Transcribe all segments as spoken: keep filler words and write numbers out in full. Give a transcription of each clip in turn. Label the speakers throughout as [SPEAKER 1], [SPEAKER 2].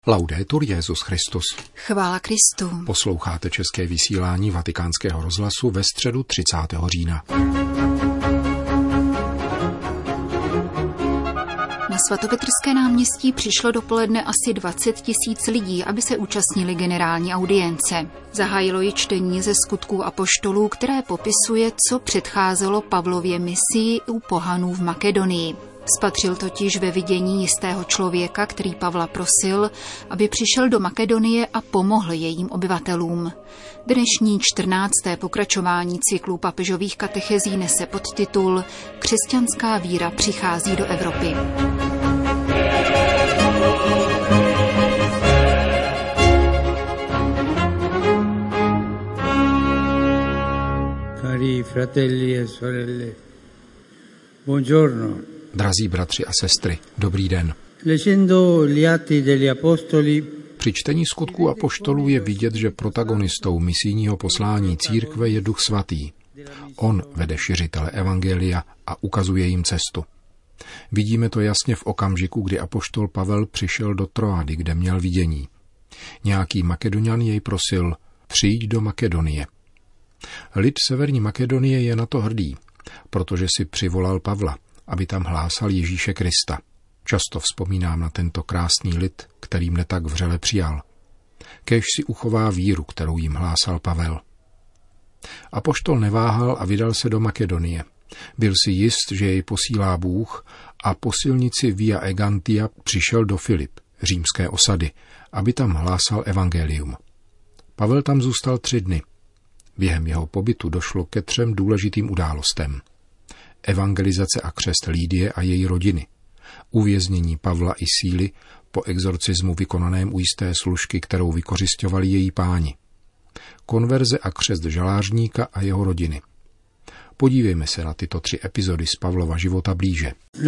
[SPEAKER 1] Laudetur Jesus Christus.
[SPEAKER 2] Chvála Kristu.
[SPEAKER 1] Posloucháte české vysílání Vatikánského rozhlasu ve středu třicátého října.
[SPEAKER 2] Na svatopetrské náměstí přišlo dopoledne asi dvacet tisíc lidí, aby se účastnili generální audience. Zahájilo ji čtení ze Skutků apoštolů, které popisuje, co předcházelo Pavlově misii u pohanů v Makedonii. Spatřil totiž ve vidění jistého člověka, který Pavla prosil, aby přišel do Makedonie a pomohl jejím obyvatelům. Dnešní čtrnácté pokračování cyklu papežových katechezí nese podtitul Křesťanská víra přichází do Evropy.
[SPEAKER 3] Cari fratelli e sorelle, buongiorno.
[SPEAKER 1] Drazí bratři a sestry, dobrý den.
[SPEAKER 3] Leggendo gli atti degli apostoli,
[SPEAKER 1] při čtení Skutků apoštolů je vidět, že protagonistou misijního poslání církve je Duch Svatý. On vede šiřitele evangelia a ukazuje jim cestu. Vidíme to jasně v okamžiku, kdy apoštol Pavel přišel do Troady, kde měl vidění. Nějaký Makedonian jej prosil, přijď do Makedonie. Lid severní Makedonie je na to hrdý, protože si přivolal Pavla, aby tam hlásal Ježíše Krista. Často vzpomínám na tento krásný lid, který mne tak vřele přijal. Kéž si uchová víru, kterou jim hlásal Pavel. Apoštol neváhal a vydal se do Makedonie. Byl si jist, že jej posílá Bůh, a po silnici Via Egantia přišel do Filip, římské osady, aby tam hlásal evangelium. Pavel tam zůstal tři dny. Během jeho pobytu došlo ke třem důležitým událostem. Evangelizace a křest Lídie a její rodiny, uvěznění Pavla i Síly po exorcismu vykonaném u jisté služky, kterou vykořisťovali její páni, konverze a křest žalářníka a jeho rodiny. Podívejme se na tyto tři epizody z Pavlova života blíže.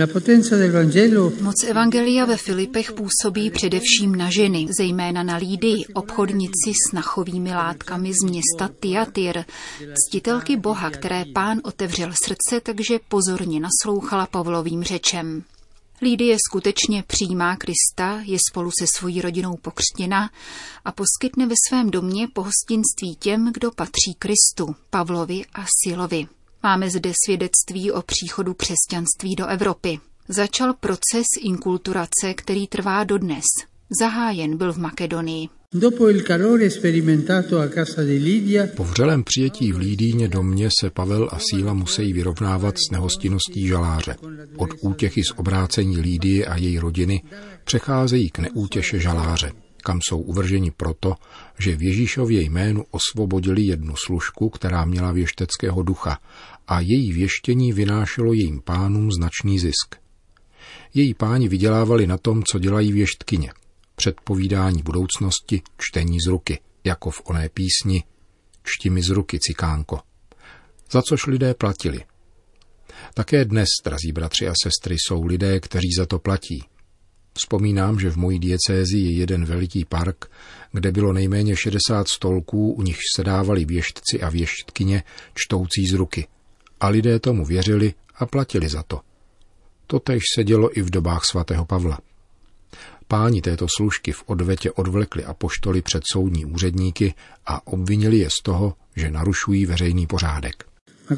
[SPEAKER 2] Moc evangelia ve Filipech působí především na ženy, zejména na Lídii, obchodnici s nachovými látkami z města Thyatira, ctitelky Boha, které Pán otevřel srdce, takže pozorně naslouchala Pavlovým řečem. Lídie skutečně přijímá Krista, je spolu se svojí rodinou pokřtěna a poskytne ve svém domě pohostinství těm, kdo patří Kristu, Pavlovi a Silovi. Máme zde svědectví o příchodu křesťanství do Evropy. Začal proces inkulturace, který trvá dodnes. Zahájen byl v Makedonii.
[SPEAKER 1] Po vřelém přijetí v Lídíně domě se Pavel a Síla musí vyrovnávat s nehostinností žaláře. Od útěchy z obrácení Lídie a její rodiny přecházejí k neútěše žaláře, kam jsou uvrženi proto, že v Ježíšově jménu osvobodili jednu služku, která měla věšteckého ducha, a její věštění vynášelo jejím pánům značný zisk. Její páni vydělávali na tom, co dělají věštkyně. Předpovídání budoucnosti, čtení z ruky, jako v oné písni Čti mi z ruky, cikánko. Za což lidé platili. Také dnes, drazí bratři a sestry, jsou lidé, kteří za to platí. Vzpomínám, že v mojí diecézi je jeden veliký park, kde bylo nejméně šedesát stolků, u nichž sedávali věštci a věštkyně čtoucí z ruky. A lidé tomu věřili a platili za to. Totéž se dělo i v dobách svatého Pavla. Páni této služky v odvetě odvlekli apoštoly před soudní úředníky a obvinili je z toho, že narušují veřejný pořádek.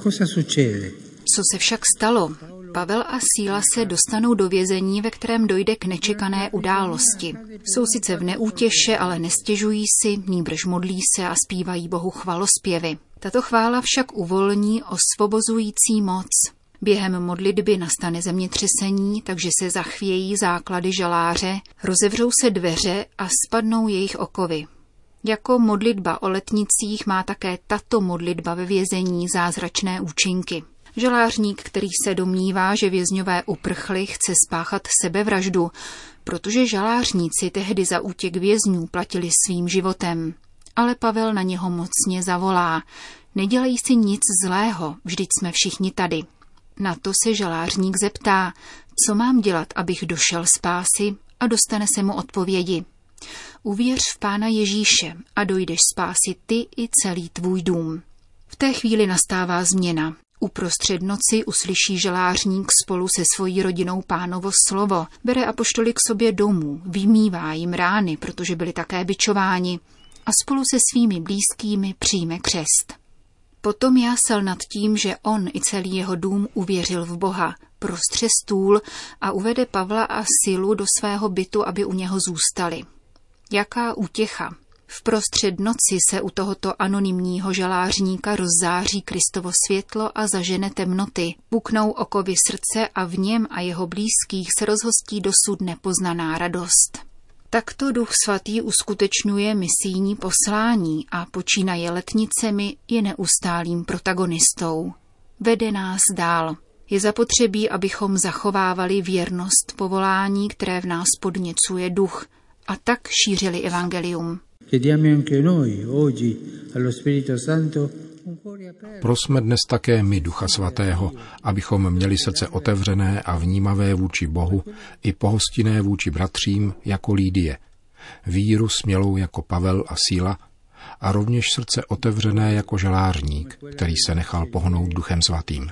[SPEAKER 2] Co se však stalo? Pavel a Síla se dostanou do vězení, ve kterém dojde k nečekané události. Jsou sice v neútěše, ale nestěžují si, nýbrž modlí se a zpívají Bohu chvalospěvy. Tato chvála však uvolní osvobozující moc. Během modlitby nastane zemětřesení, takže se zachvějí základy žaláře, rozevřou se dveře a spadnou jejich okovy. Jako modlitba o letnicích má také tato modlitba ve vězení zázračné účinky. Žalářník, který se domnívá, že vězňové uprchli, chce spáchat sebevraždu, protože žalářníci tehdy za útěk vězňů platili svým životem. Ale Pavel na něho mocně zavolá. Nedělej si nic zlého, vždyť jsme všichni tady. Na to se žalářník zeptá, co mám dělat, abych došel spásy, a dostane se mu odpovědi. Uvěř v Pána Ježíše a dojdeš spásit ty i celý tvůj dům. V té chvíli nastává změna. Uprostřed noci uslyší žalářník spolu se svojí rodinou Pánovo slovo, bere apoštoly k sobě domů, vymývá jim rány, protože byli také bičováni, a spolu se svými blízkými přijme křest. Potom jásal nad tím, že on i celý jeho dům uvěřil v Boha, prostře stůl a uvede Pavla a Silu do svého bytu, aby u něho zůstali. Jaká útěcha! Vprostřed noci se u tohoto anonymního žalářníka rozzáří Kristovo světlo a zažene temnoty, puknou okovy srdce a v něm a jeho blízkých se rozhostí dosud nepoznaná radost. Takto Duch Svatý uskutečňuje misijní poslání a počínaje letnicemi je neustálým protagonistou. Vede nás dál. Je zapotřebí, abychom zachovávali věrnost povolání, které v nás podněcuje duch, a tak šířili evangelium.
[SPEAKER 1] Prosme dnes také my Ducha Svatého, abychom měli srdce otevřené a vnímavé vůči Bohu i pohostinné vůči bratřím jako Lídie, víru smělou jako Pavel a Síla a rovněž srdce otevřené jako žalářník, který se nechal pohnout Duchem Svatým.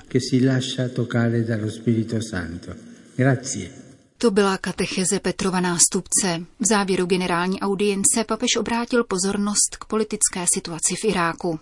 [SPEAKER 2] To byla katecheze Petrova nástupce. V závěru generální audience papež obrátil pozornost k politické situaci v Iráku.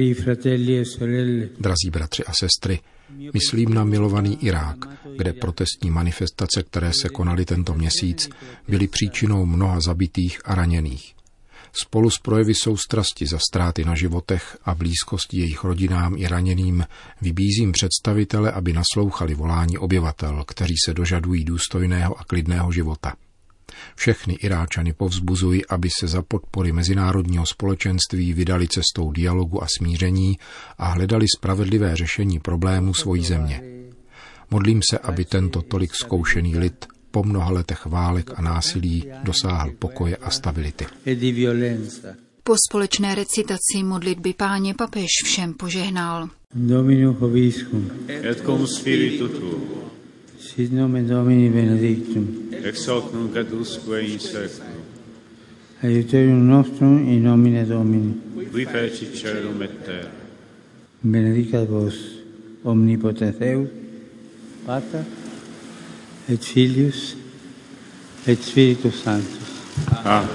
[SPEAKER 1] Drazí bratři a sestry, myslím na milovaný Irák, kde protestní manifestace, které se konaly tento měsíc, byly příčinou mnoha zabitých a raněných. Spolu s projevy soustrasti za ztráty na životech a blízkosti jejich rodinám i raněným vybízím představitele, aby naslouchali volání obyvatel, kteří se dožadují důstojného a klidného života. Všechny Iráčany povzbuzují, aby se za podpory mezinárodního společenství vydali cestou dialogu a smíření a hledali spravedlivé řešení problémů svojí země. Modlím se, aby tento tolik zkoušený lid po mnoha letech válek a násilí dosáhl pokoje a stability.
[SPEAKER 2] Po společné recitaci modlitby Páně papež všem požehnal.
[SPEAKER 3] Domino vobiscum.
[SPEAKER 4] Et cum spiritu tuo.
[SPEAKER 3] Sit nomen Domini benedictum.
[SPEAKER 4] Ex hoc nunc et usque in seculum.
[SPEAKER 3] Aiuterium nostrum in nomine Domini.
[SPEAKER 4] Qui feci caelum et terra.
[SPEAKER 3] Benedicat vos omnipotens Deus, Pater et Filius et Spiritus Sanctus.
[SPEAKER 4] Amen.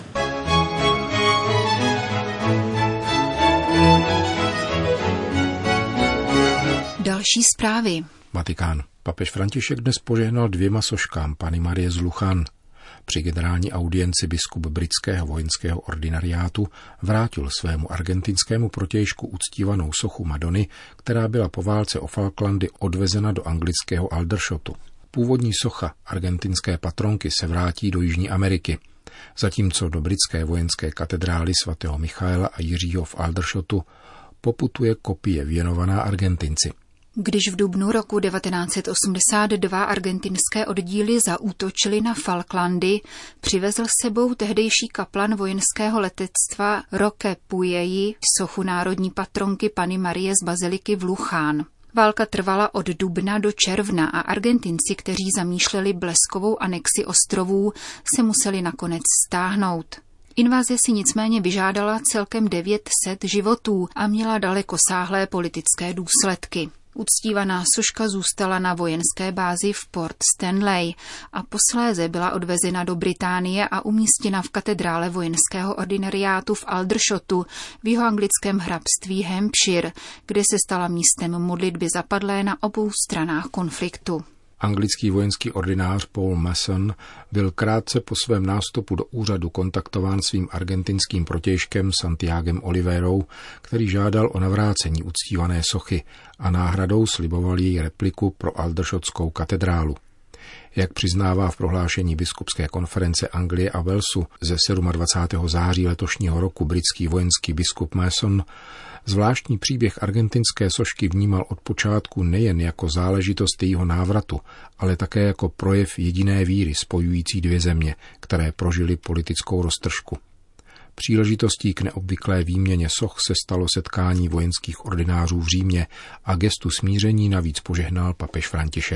[SPEAKER 2] Další zprávy.
[SPEAKER 1] Vatikán. Papež František dnes požehnal dvěma soškám Panny Marie z Luchan. Při generální audienci biskup britského vojenského ordinariátu vrátil svému argentinskému protějšku uctívanou sochu Madony, která byla po válce o Falklandy odvezena do anglického Aldershotu. Původní socha argentinské patronky se vrátí do Jižní Ameriky, zatímco do britské vojenské katedrály svatého Michaela a Jiřího v Aldershotu poputuje kopie věnovaná Argentinci.
[SPEAKER 2] Když v dubnu roku devatenáct set osmdesát dva argentinské oddíly zaútočily na Falklandy, přivezl s sebou tehdejší kaplan vojenského letectva Roque Pujeji sochu národní patronky Panny Marie z baziliky v Luchán. Válka trvala od dubna do června a Argentinci, kteří zamýšleli bleskovou anexi ostrovů, se museli nakonec stáhnout. Invaze si nicméně vyžádala celkem devět set životů a měla dalekosáhlé politické důsledky. Uctívaná soška zůstala na vojenské bázi v Port Stanley a posléze byla odvezena do Británie a umístěna v katedrále vojenského ordinariátu v Aldershotu v jihoanglickém hrabství Hampshire, kde se stala místem modlitby zapadlé na obou stranách konfliktu.
[SPEAKER 1] Anglický vojenský ordinář Paul Mason byl krátce po svém nástupu do úřadu kontaktován svým argentinským protějškem Santiagem Oliveirou, který žádal o navrácení uctívané sochy a náhradou sliboval její repliku pro Aldershotskou katedrálu. Jak přiznává v prohlášení biskupské konference Anglie a Walesu ze dvacátého sedmého září letošního roku britský vojenský biskup Mason, zvláštní příběh argentinské sošky vnímal od počátku nejen jako záležitost jejího návratu, ale také jako projev jediné víry spojující dvě země, které prožily politickou roztržku. Příležitostí k neobvyklé výměně soch se stalo setkání vojenských ordinářů v Římě a gestu smíření navíc požehnal papež František.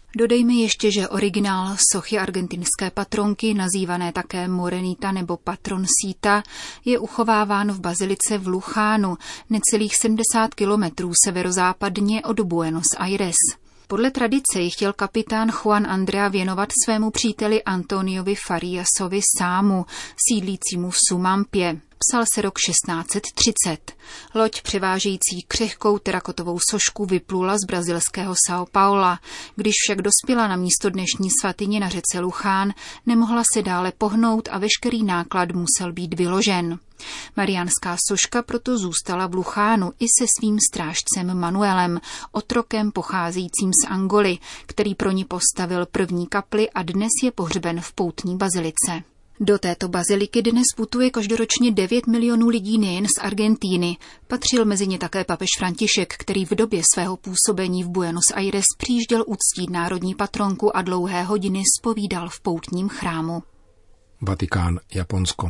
[SPEAKER 2] Dodejme ještě, že originál sochy argentinské patronky, nazývané také Morenita nebo Patroncita, je uchováván v bazilice v Lucánu, necelých sedmdesát kilometrů severozápadně od Buenos Aires. Podle tradice ji chtěl kapitán Juan Andrea věnovat svému příteli Antoniovi Fariasovi Sámu, sídlícímu v Sumampě. Psal se rok šestnáct set třicet. Loď převážející křehkou terakotovou sošku vyplula z brazilského São Paula. Když však dospěla na místo dnešní svatyně na řece Luchán, nemohla se dále pohnout a veškerý náklad musel být vyložen. Mariánská soška proto zůstala v Luchánu i se svým strážcem Manuelem, otrokem pocházejícím z Angoly, který pro ní postavil první kapli a dnes je pohřben v poutní bazilice. Do této baziliky dnes putuje každoročně devět milionů lidí nejen z Argentíny. Patřil mezi ně také papež František, který v době svého působení v Buenos Aires přijížděl uctít národní patronku a dlouhé hodiny zpovídal v poutním chrámu.
[SPEAKER 1] Vatikán, Japonsko.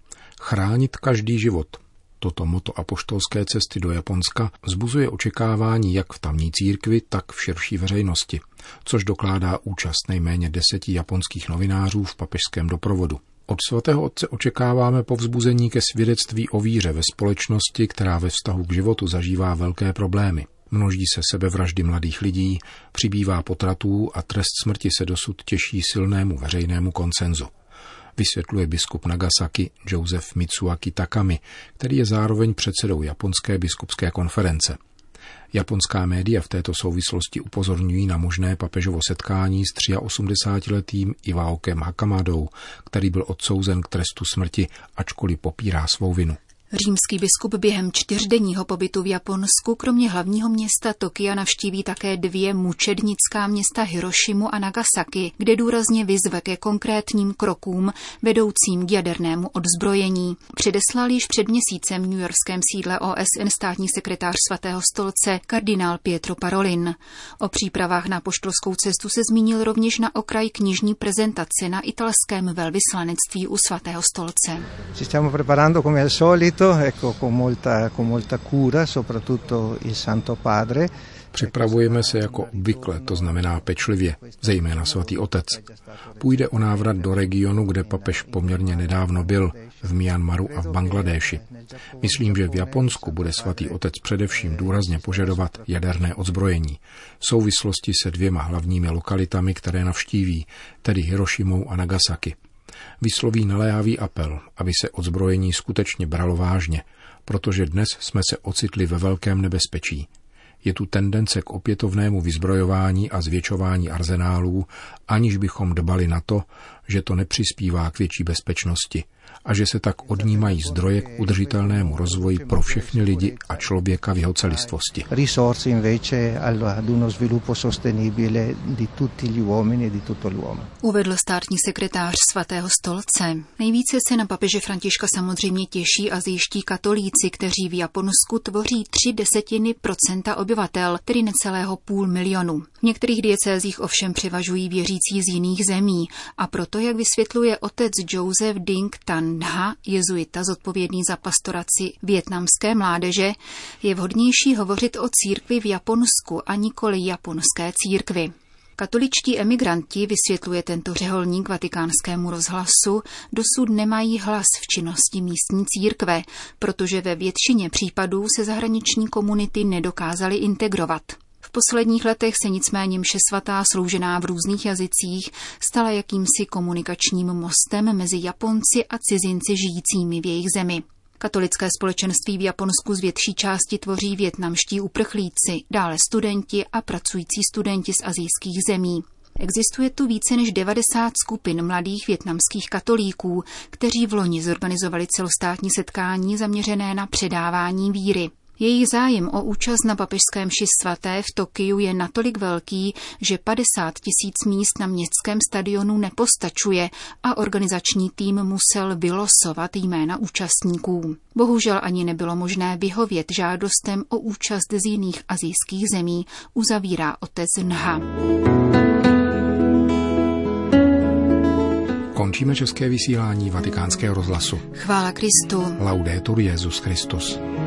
[SPEAKER 1] Chránit každý život. Toto motto apoštolské cesty do Japonska vzbuzuje očekávání jak v tamní církvi, tak v širší veřejnosti, což dokládá účast nejméně deseti japonských novinářů v papežském doprovodu. Od svatého otce očekáváme povzbuzení ke svědectví o víře ve společnosti, která ve vztahu k životu zažívá velké problémy. Množí se sebevraždy mladých lidí, přibývá potratů a trest smrti se dosud těší silnému veřejnému konsenzu. Vysvětluje biskup Nagasaki Joseph Mitsuaki Takami, který je zároveň předsedou Japonské biskupské konference. Japonská média v této souvislosti upozorňují na možné papežovo setkání s osmdesátiletým Iwaokem Hakamadou, který byl odsouzen k trestu smrti, ačkoliv popírá svou vinu.
[SPEAKER 2] Římský biskup během čtyřdenního pobytu v Japonsku kromě hlavního města Tokia navštíví také dvě mučednická města Hirošimu a Nagasaki, kde důrazně vyzve ke konkrétním krokům vedoucím k jadernému odzbrojení. Předeslal již před měsícem v newyorském sídle O S N státní sekretář Svatého stolce kardinál Pietro Parolin. O přípravách na apoštolskou cestu se zmínil rovněž na okraj knižní prezentace na italském velvyslanectví u Svatého stolce.
[SPEAKER 5] Ecco, con molta, con molta cura, soprattutto il Santo Padre.
[SPEAKER 1] Připravujeme se jako obvykle, to znamená pečlivě, zejména svatý otec. Půjde o návrat do regionu, kde papež poměrně nedávno byl, v Myanmaru a v Bangladéši. Myslím, že v Japonsku bude svatý otec především důrazně požadovat jaderné odzbrojení v souvislosti se dvěma hlavními lokalitami, které navštíví, tedy Hirošimou a Nagasaki. Vysloví naléhavý apel, aby se odzbrojení skutečně bralo vážně, protože dnes jsme se ocitli ve velkém nebezpečí. Je tu tendence k opětovnému vyzbrojování a zvětšování arzenálů, aniž bychom dbali na to, že to nepřispívá k větší bezpečnosti a že se tak odnímají zdroje k udržitelnému rozvoji pro všechny lidi a člověka v jeho celistvosti.
[SPEAKER 2] Uvedl státní sekretář Svatého stolce. Nejvíce se na papeže Františka samozřejmě těší asijští katolíci, kteří v Japonsku tvoří tři desetiny procenta obyvatel, tedy necelého půl milionu. V některých diecézích ovšem převažují věřící z jiných zemí a proto, jak vysvětluje otec Joseph Ding Tan Nha, jezuita zodpovědný za pastoraci vietnamské mládeže, je vhodnější hovořit o církvi v Japonsku a nikoli japonské církvi. Katoličtí emigranti, vysvětluje tento řeholník Vatikánskému rozhlasu, dosud nemají hlas v činnosti místní církve, protože ve většině případů se zahraniční komunity nedokázaly integrovat. V posledních letech se nicméně mše svatá sloužená v různých jazycích stala jakýmsi komunikačním mostem mezi Japonci a cizinci žijícími v jejich zemi. Katolické společenství v Japonsku z větší části tvoří vietnamští uprchlíci, dále studenti a pracující studenti z asijských zemí. Existuje tu více než devadesát skupin mladých vietnamských katolíků, kteří v loni zorganizovali celostátní setkání zaměřené na předávání víry. Jejich zájem o účast na papežském mši svaté v Tokiu je natolik velký, že padesát tisíc míst na městském stadionu nepostačuje a organizační tým musel vylosovat jména účastníků. Bohužel ani nebylo možné vyhovět žádostem o účast z jiných asijských zemí, uzavírá otec Nha.
[SPEAKER 1] Končíme české vysílání Vatikánského rozhlasu.
[SPEAKER 2] Chvála Kristu.
[SPEAKER 1] Laudetur Jesus Christus.